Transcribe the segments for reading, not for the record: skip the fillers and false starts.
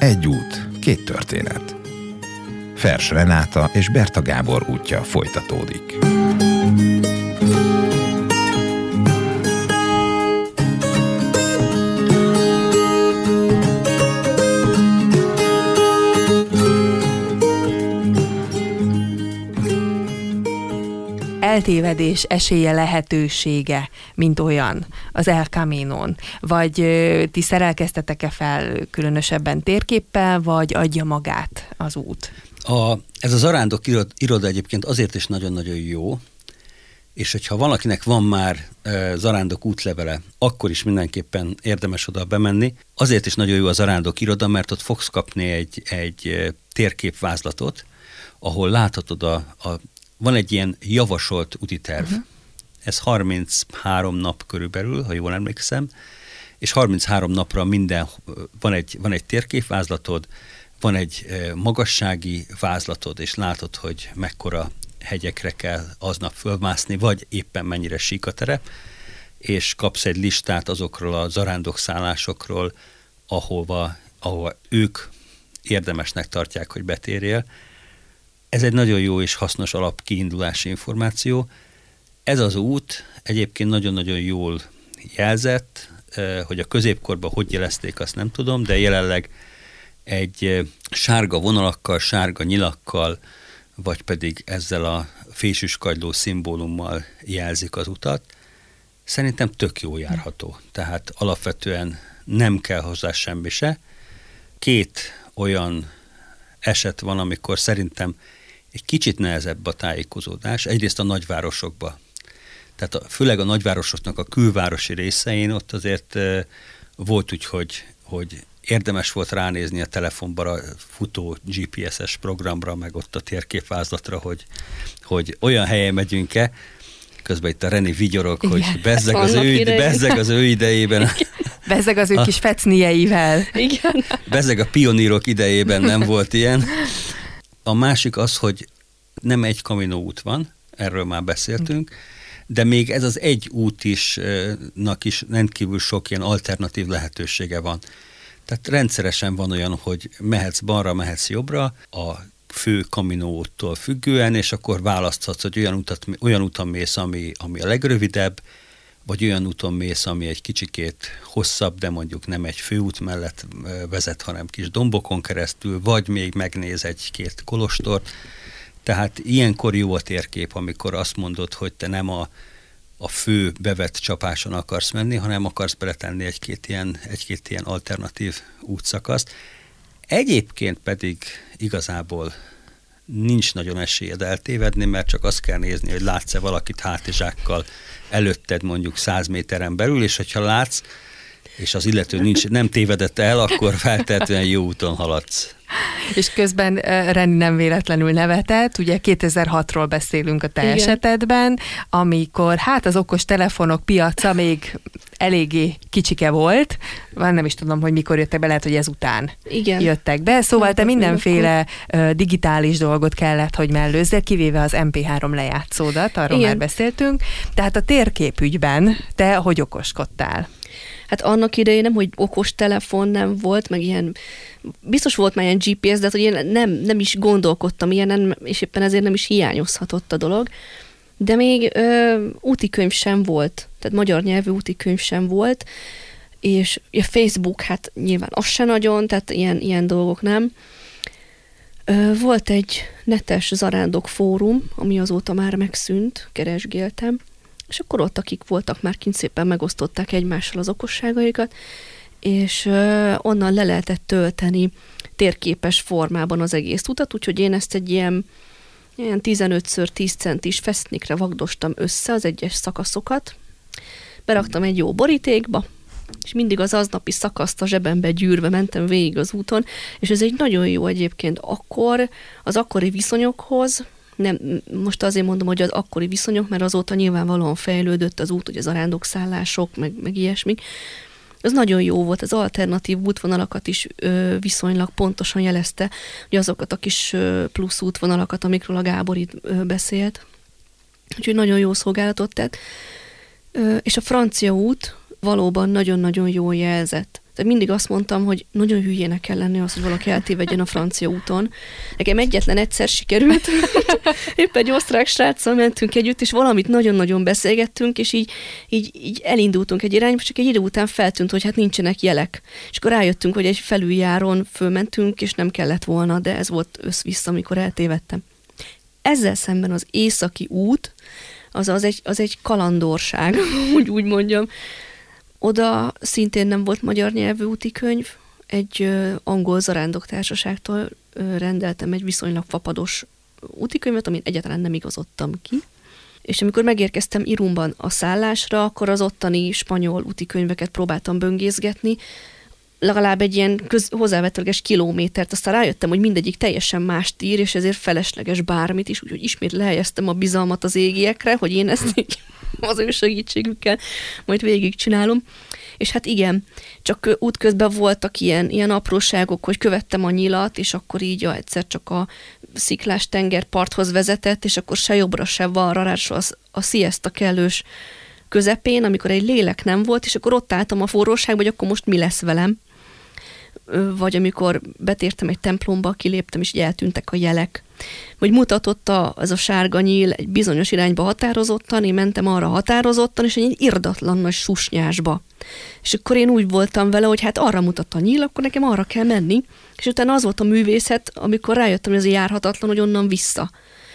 Egy út, két történet. Fers Renáta és Berta Gábor útja folytatódik. Eltévedés esélye, lehetősége, mint olyan az El Caminon? Vagy ti szerelkeztetek-e fel különösebben térképpel, vagy adja magát az út? Ez a zarándok iroda egyébként azért is nagyon-nagyon jó, és hogyha valakinek van már zarándok útlevele, akkor is mindenképpen érdemes oda bemenni. Azért is nagyon jó a zarándok iroda, mert ott fogsz kapni egy térképvázlatot, ahol láthatod van egy ilyen javasolt úti terv. Ez 33 nap körülbelül, ha jól emlékszem, és 33 napra van egy térképvázlatod, van egy magassági vázlatod, és látod, hogy mekkora hegyekre kell aznap fölmászni, vagy éppen mennyire sík a terep, és kapsz egy listát azokról a zarándokszállásokról, ahova ők érdemesnek tartják, hogy betérjél. Ez egy nagyon jó és hasznos alapkiindulási információ. Ez az út egyébként nagyon-nagyon jól jelzett, hogy a középkorban hogy jelezték, azt nem tudom, de jelenleg egy sárga vonalakkal, sárga nyilakkal, vagy pedig ezzel a fésüskagyló szimbólummal jelzik az utat. Szerintem tök jó járható. Tehát alapvetően nem kell hozzá semmi se. Két olyan eset van, amikor szerintem egy kicsit nehezebb a tájékozódás. Egyrészt a nagyvárosokba. Tehát főleg a nagyvárosoknak a külvárosi részein ott azért volt úgy, hogy érdemes volt ránézni a telefonba futó GPS-es programra, meg ott a térképvázlatra, hogy olyan helyen megyünk-e, közben itt a Reni vigyorog, hogy bezzeg az ő idejében. Bezzeg az ő kis fecnieivel. Igen. Bezzeg a pionírok idejében nem volt ilyen. A másik az, hogy nem egy Camino út van, erről már beszéltünk, de még ez az egy út nak is rendkívül sok ilyen alternatív lehetősége van. Tehát rendszeresen van olyan, hogy mehetsz balra, mehetsz jobbra, a fő Camino úttól függően, és akkor választhatsz, hogy olyan úton mész, ami a legrövidebb, vagy olyan úton mész, ami egy kicsikét hosszabb, de mondjuk nem egy főút mellett vezet, hanem kis dombokon keresztül, vagy még megnéz egy-két kolostort. Tehát ilyenkor jó a térkép, amikor azt mondod, hogy te nem a fő bevett csapáson akarsz menni, hanem akarsz beletenni egy-két ilyen alternatív útszakaszt. Egyébként pedig igazából nincs nagyon esélyed eltévedni, mert csak azt kell nézni, hogy látsz-e valakit hátizsákkal előtted mondjuk 100 méteren belül, és hogyha látsz, és az illető nem tévedett el, akkor feltehetően jó úton haladsz. És közben Reni nem véletlenül nevetett, ugye 2006-ról beszélünk a te esetedben, amikor az okos telefonok piaca még eléggé kicsike volt, nem is tudom, hogy mikor jöttek be, lehet, hogy ezután jöttek be, szóval te mindenféle digitális dolgot kellett, hogy mellőzzél, kivéve az MP3 lejátszódat, arról már beszéltünk, tehát a térképügyben te hogy okoskodtál? Hát annak idején nem, hogy okos telefon nem volt, meg ilyen, biztos volt már ilyen GPS, de hát, hogy én nem is gondolkodtam ilyenen, és éppen ezért nem is hiányozhatott a dolog. De még útikönyv sem volt, tehát magyar nyelvű útikönyv sem volt, és a Facebook, hát nyilván az se nagyon, tehát ilyen dolgok nem. Volt egy netes zarándok fórum, ami azóta már megszűnt, keresgéltem, és akkor ott, akik voltak már kint, szépen megosztották egymással az okosságaikat, és onnan le lehetett tölteni térképes formában az egész utat, úgyhogy én ezt egy ilyen 15x10 centis fesznikre vagdostam össze az egyes szakaszokat, beraktam egy jó borítékba, és mindig az aznapi szakaszt a zsebembe gyűrve mentem végig az úton, és ez egy nagyon jó egyébként az akkori viszonyokhoz, nem, most azért mondom, hogy az akkori viszonyok, mert azóta nyilvánvalóan fejlődött az út, hogy az arándokszállások, meg ilyesmik. Ez nagyon jó volt, az alternatív útvonalakat is viszonylag pontosan jelezte, hogy azokat a kis plusz útvonalakat, amikről a Gábor itt beszélt. Úgyhogy nagyon jó szolgálatot tett. És a francia út valóban nagyon-nagyon jól jelzett. De mindig azt mondtam, hogy nagyon hülyének kell lenni az, hogy valaki eltévedjen a francia úton. Nekem egyetlen egyszer sikerült. Éppen egy osztrák sráccal mentünk együtt, és valamit nagyon-nagyon beszélgettünk, és így elindultunk egy irányba, csak egy idő után feltűnt, hogy hát nincsenek jelek. És akkor rájöttünk, hogy egy felüljáron fölmentünk, és nem kellett volna, de ez volt össz-vissza, amikor eltévedtem. Ezzel szemben az északi út, az egy kalandorság, úgy mondjam. Oda szintén nem volt magyar nyelvű útikönyv, egy angol zarándoktársaságtól rendeltem egy viszonylag fapados útikönyvet, amit egyáltalán nem igazodtam ki. És amikor megérkeztem Irunban a szállásra, akkor az ottani spanyol útikönyveket próbáltam böngészgetni, legalább egy ilyen hozzávetőleges kilométert, aztán rájöttem, hogy mindegyik teljesen mást ír, és ezért felesleges bármit is, úgyhogy ismét lehelyeztem a bizalmat az égiekre, hogy én ezt így az ő segítségükkel majd végigcsinálom. És hát igen, csak útközben voltak ilyen apróságok, hogy követtem a nyilat, és akkor így egyszer csak a sziklás tengerparthoz vezetett, és akkor se jobbra, se balra, ráadásul a siesta kellős közepén, amikor egy lélek nem volt, és akkor ott álltam a forróságban, hogy akkor most mi lesz velem. Vagy amikor betértem egy templomba, kiléptem, és így eltűntek a jelek. Vagy mutatott ez a sárga nyíl egy bizonyos irányba határozottan, én mentem arra határozottan, és egy irdatlan nagy susnyásba. És akkor én úgy voltam vele, hogy hát arra mutat a nyíl, akkor nekem arra kell menni. És utána az volt a művészet, amikor rájöttem, hogy ez járhatatlan, hogy onnan vissza.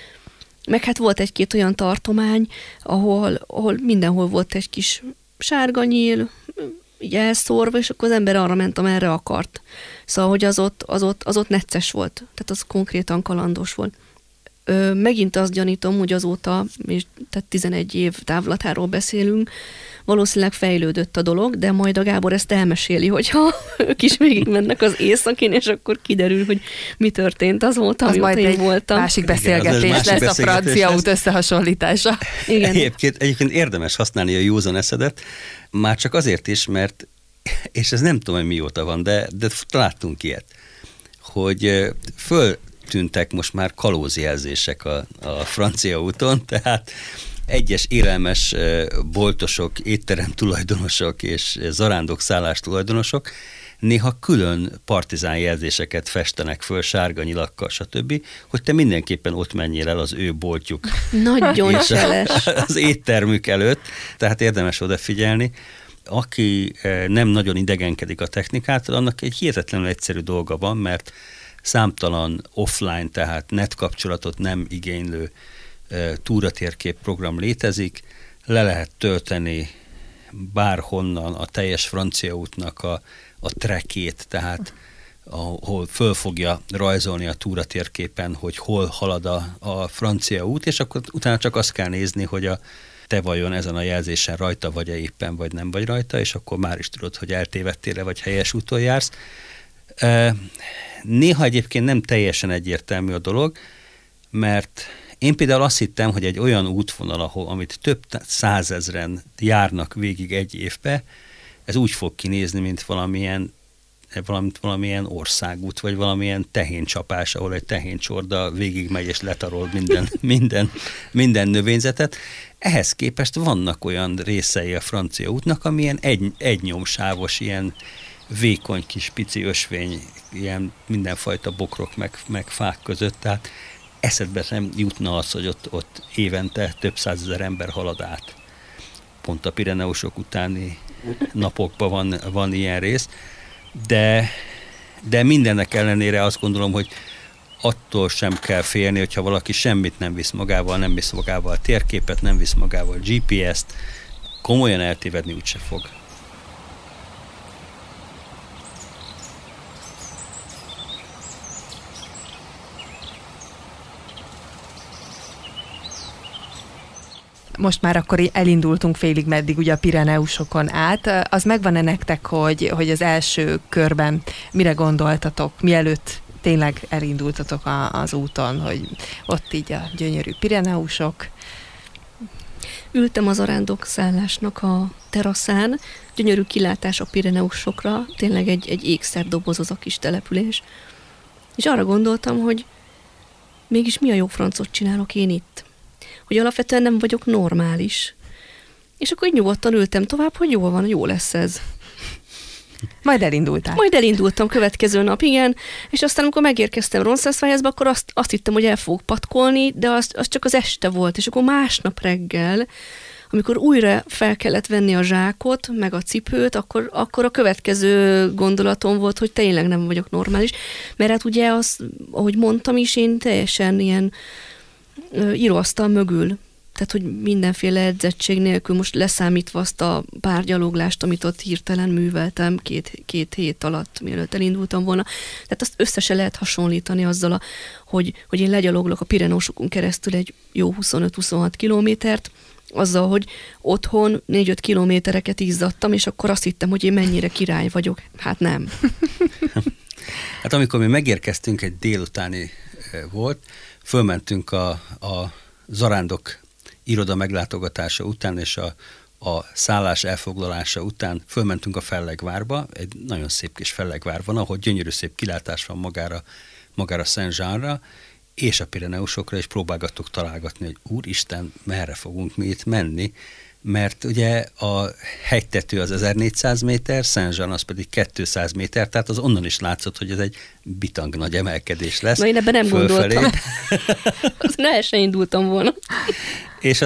Meg hát volt egy-két olyan tartomány, ahol mindenhol volt egy kis sárga nyíl, így elszórva, és akkor az ember arra ment, amerre akart. Szóval, hogy az ott necces volt. Tehát az konkrétan kalandos volt. Megint azt gyanítom, hogy azóta, és tehát 11 év távlatáról beszélünk, valószínűleg fejlődött a dolog, de majd a Gábor ezt elmeséli, hogyha ők is végigmennek az északén, és akkor kiderül, hogy mi történt azóta, az amióta én voltam. Másik beszélgetés lesz a francia út összehasonlítása. Igen. Egyébként érdemes használni a józan eszedet, már csak azért is, mert, és ez nem tudom, hogy mióta van, de láttunk ilyet, hogy föltűntek most már kalózjelzések a francia úton, tehát egyes élelmes boltosok, étterem tulajdonosok és zarándokszállás tulajdonosok néha külön partizán jelzéseket festenek föl sárga nyilakkal, stb., hogy te mindenképpen ott menjél el az ő boltjuk. Nagyon cseles. Az éttermük előtt, tehát érdemes odafigyelni. Aki nem nagyon idegenkedik a technikától, annak egy hihetetlenül egyszerű dolga van, mert számtalan offline, tehát netkapcsolatot nem igénylő túratérkép program létezik, le lehet tölteni bárhonnan a teljes francia útnak a trackét, tehát ahol föl fogja rajzolni a túratérképen, hogy hol halad a francia út, és akkor utána csak azt kell nézni, hogy te vajon ezen a jelzésen rajta vagy-e éppen, vagy nem vagy rajta, és akkor már is tudod, hogy eltévedtél-e, vagy helyes úton jársz. Néha egyébként nem teljesen egyértelmű a dolog, mert én például azt hittem, hogy egy olyan útvonal, amit több százezren járnak végig egy évbe, ez úgy fog kinézni, mint valamilyen országút, vagy valamilyen tehéncsapás, ahol egy tehéncsorda végigmegy és letarol minden növényzetet. Ehhez képest vannak olyan részei a francia útnak, amilyen egynyomsávos, ilyen vékony kis pici ösvény, ilyen mindenfajta bokrok meg fák között, tehát eszedbe nem jutna az, hogy ott évente több százezer ember halad át. Pont a Pireneusok utáni napokban van ilyen rész, de mindennek ellenére azt gondolom, hogy attól sem kell félni, hogyha valaki semmit nem visz magával, nem visz magával térképet, nem visz magával GPS-t, komolyan eltévedni úgyse fog. Most már akkor elindultunk félig meddig ugye a Pireneusokon át. Az megvan-e nektek, hogy az első körben mire gondoltatok, mielőtt tényleg elindultatok az úton, hogy ott így a gyönyörű Pireneusok? Ültem az zarándokszállásnak a teraszán, gyönyörű kilátás a Pireneusokra, tényleg egy ékszerdoboz az a kis település. És arra gondoltam, hogy mégis mi a jó francot csinálok én itt? Hogy alapvetően nem vagyok normális. És akkor így nyugodtan ültem tovább, hogy jól van, jó lesz ez. Majd elindultál. Majd elindultam következő nap, igen, és aztán amikor megérkeztem Roncesvalles-be, akkor azt hittem, hogy el fogok patkolni, de az csak az este volt, és akkor másnap reggel, amikor újra fel kellett venni a zsákot, meg a cipőt, akkor a következő gondolatom volt, hogy tényleg nem vagyok normális, mert hát ugye ahogy mondtam is, én teljesen ilyen íróasztal mögül, tehát hogy mindenféle edzettség nélkül, most leszámítva azt a pár gyaloglást, amit ott hirtelen műveltem két hét alatt, mielőtt elindultam volna. Tehát azt össze lehet hasonlítani azzal, hogy én legyaloglok a Pirenósokon keresztül egy jó 25-26 kilométert, azzal, hogy otthon 4-5 kilométereket izzadtam, és akkor azt hittem, hogy én mennyire király vagyok. Hát nem. Hát amikor mi megérkeztünk, egy délutáni volt, fölmentünk a zarándok iroda meglátogatása után, és a szállás elfoglalása után fölmentünk a Fellegvárba, egy nagyon szép kis Fellegvár van, ahol gyönyörű szép kilátás van magára Saint-Jeanra, és a Pireneusokra, és próbálgattuk találgatni, hogy úristen, merre fogunk mi itt menni, mert ugye a hegytető az 1400 méter, Saint-Jean az pedig 200 méter, tehát az onnan is látszott, hogy ez egy bitang nagy emelkedés lesz. Na én ebben nem fölfelé. Gondoltam. Azt ne se indultam volna. És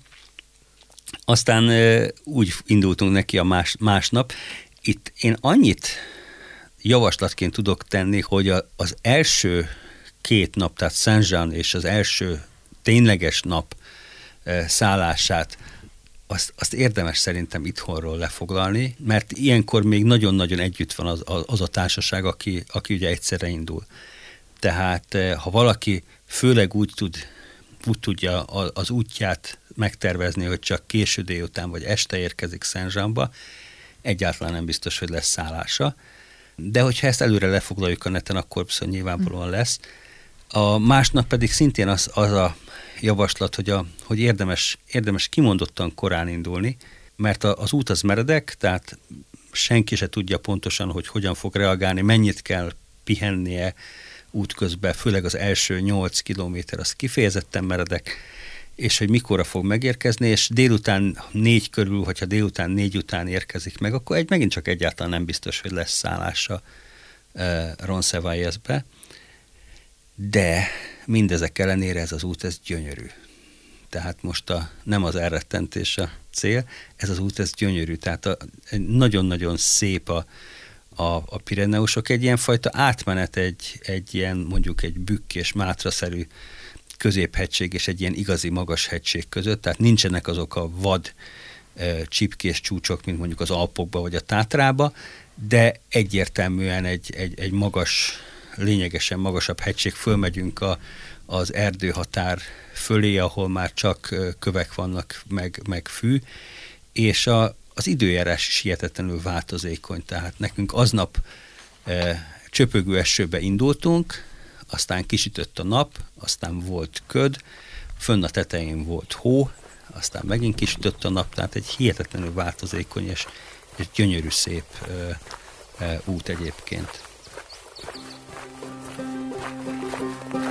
aztán úgy indultunk neki a másnap. Itt én annyit javaslatként tudok tenni, hogy az első 2 nap, tehát Saint-Jean és az első tényleges nap szállását, azt érdemes szerintem itthonról lefoglalni, mert ilyenkor még nagyon-nagyon együtt van az a társaság, aki ugye egyszerre indul. Tehát ha valaki főleg úgy tudja az útját megtervezni, hogy csak késő délután vagy este érkezik Saint-Jeanba, egyáltalán nem biztos, hogy lesz szállása. De hogyha ezt előre lefoglaljuk a neten, akkor viszont nyilvánvalóan lesz. A másnap pedig szintén az a javaslat, hogy érdemes kimondottan korán indulni, mert az út az meredek, tehát senki se tudja pontosan, hogy hogyan fog reagálni, mennyit kell pihennie útközben, főleg az első 8 kilométer az kifejezetten meredek, és hogy mikorra fog megérkezni, és délután 4 körül, hogyha délután 4 után érkezik meg, akkor megint csak egyáltalán nem biztos, hogy lesz szállása Roncesvalles-be. De mindezek ellenére ez az út, ez gyönyörű. Tehát most nem az elrettentés a cél, ez az út, ez gyönyörű. Tehát nagyon-nagyon szép a Pireneusok, egy ilyen fajta átmenet, egy ilyen mondjuk egy bükkés, mátraszerű középhegység és egy ilyen igazi magas hegység között, tehát nincsenek azok a vad csipkés csúcsok, mint mondjuk az Alpokba vagy a Tátrába, de egyértelműen egy magas, lényegesen magasabb hegység, fölmegyünk az erdőhatár fölé, ahol már csak kövek vannak, meg fű, és az időjárás is hihetetlenül változékony, tehát nekünk aznap csöpögő esőbe indultunk, aztán kisütött a nap, aztán volt köd, fönn a tetején volt hó, aztán megint kisütött a nap, tehát egy hihetetlenül változékony és gyönyörű szép út egyébként.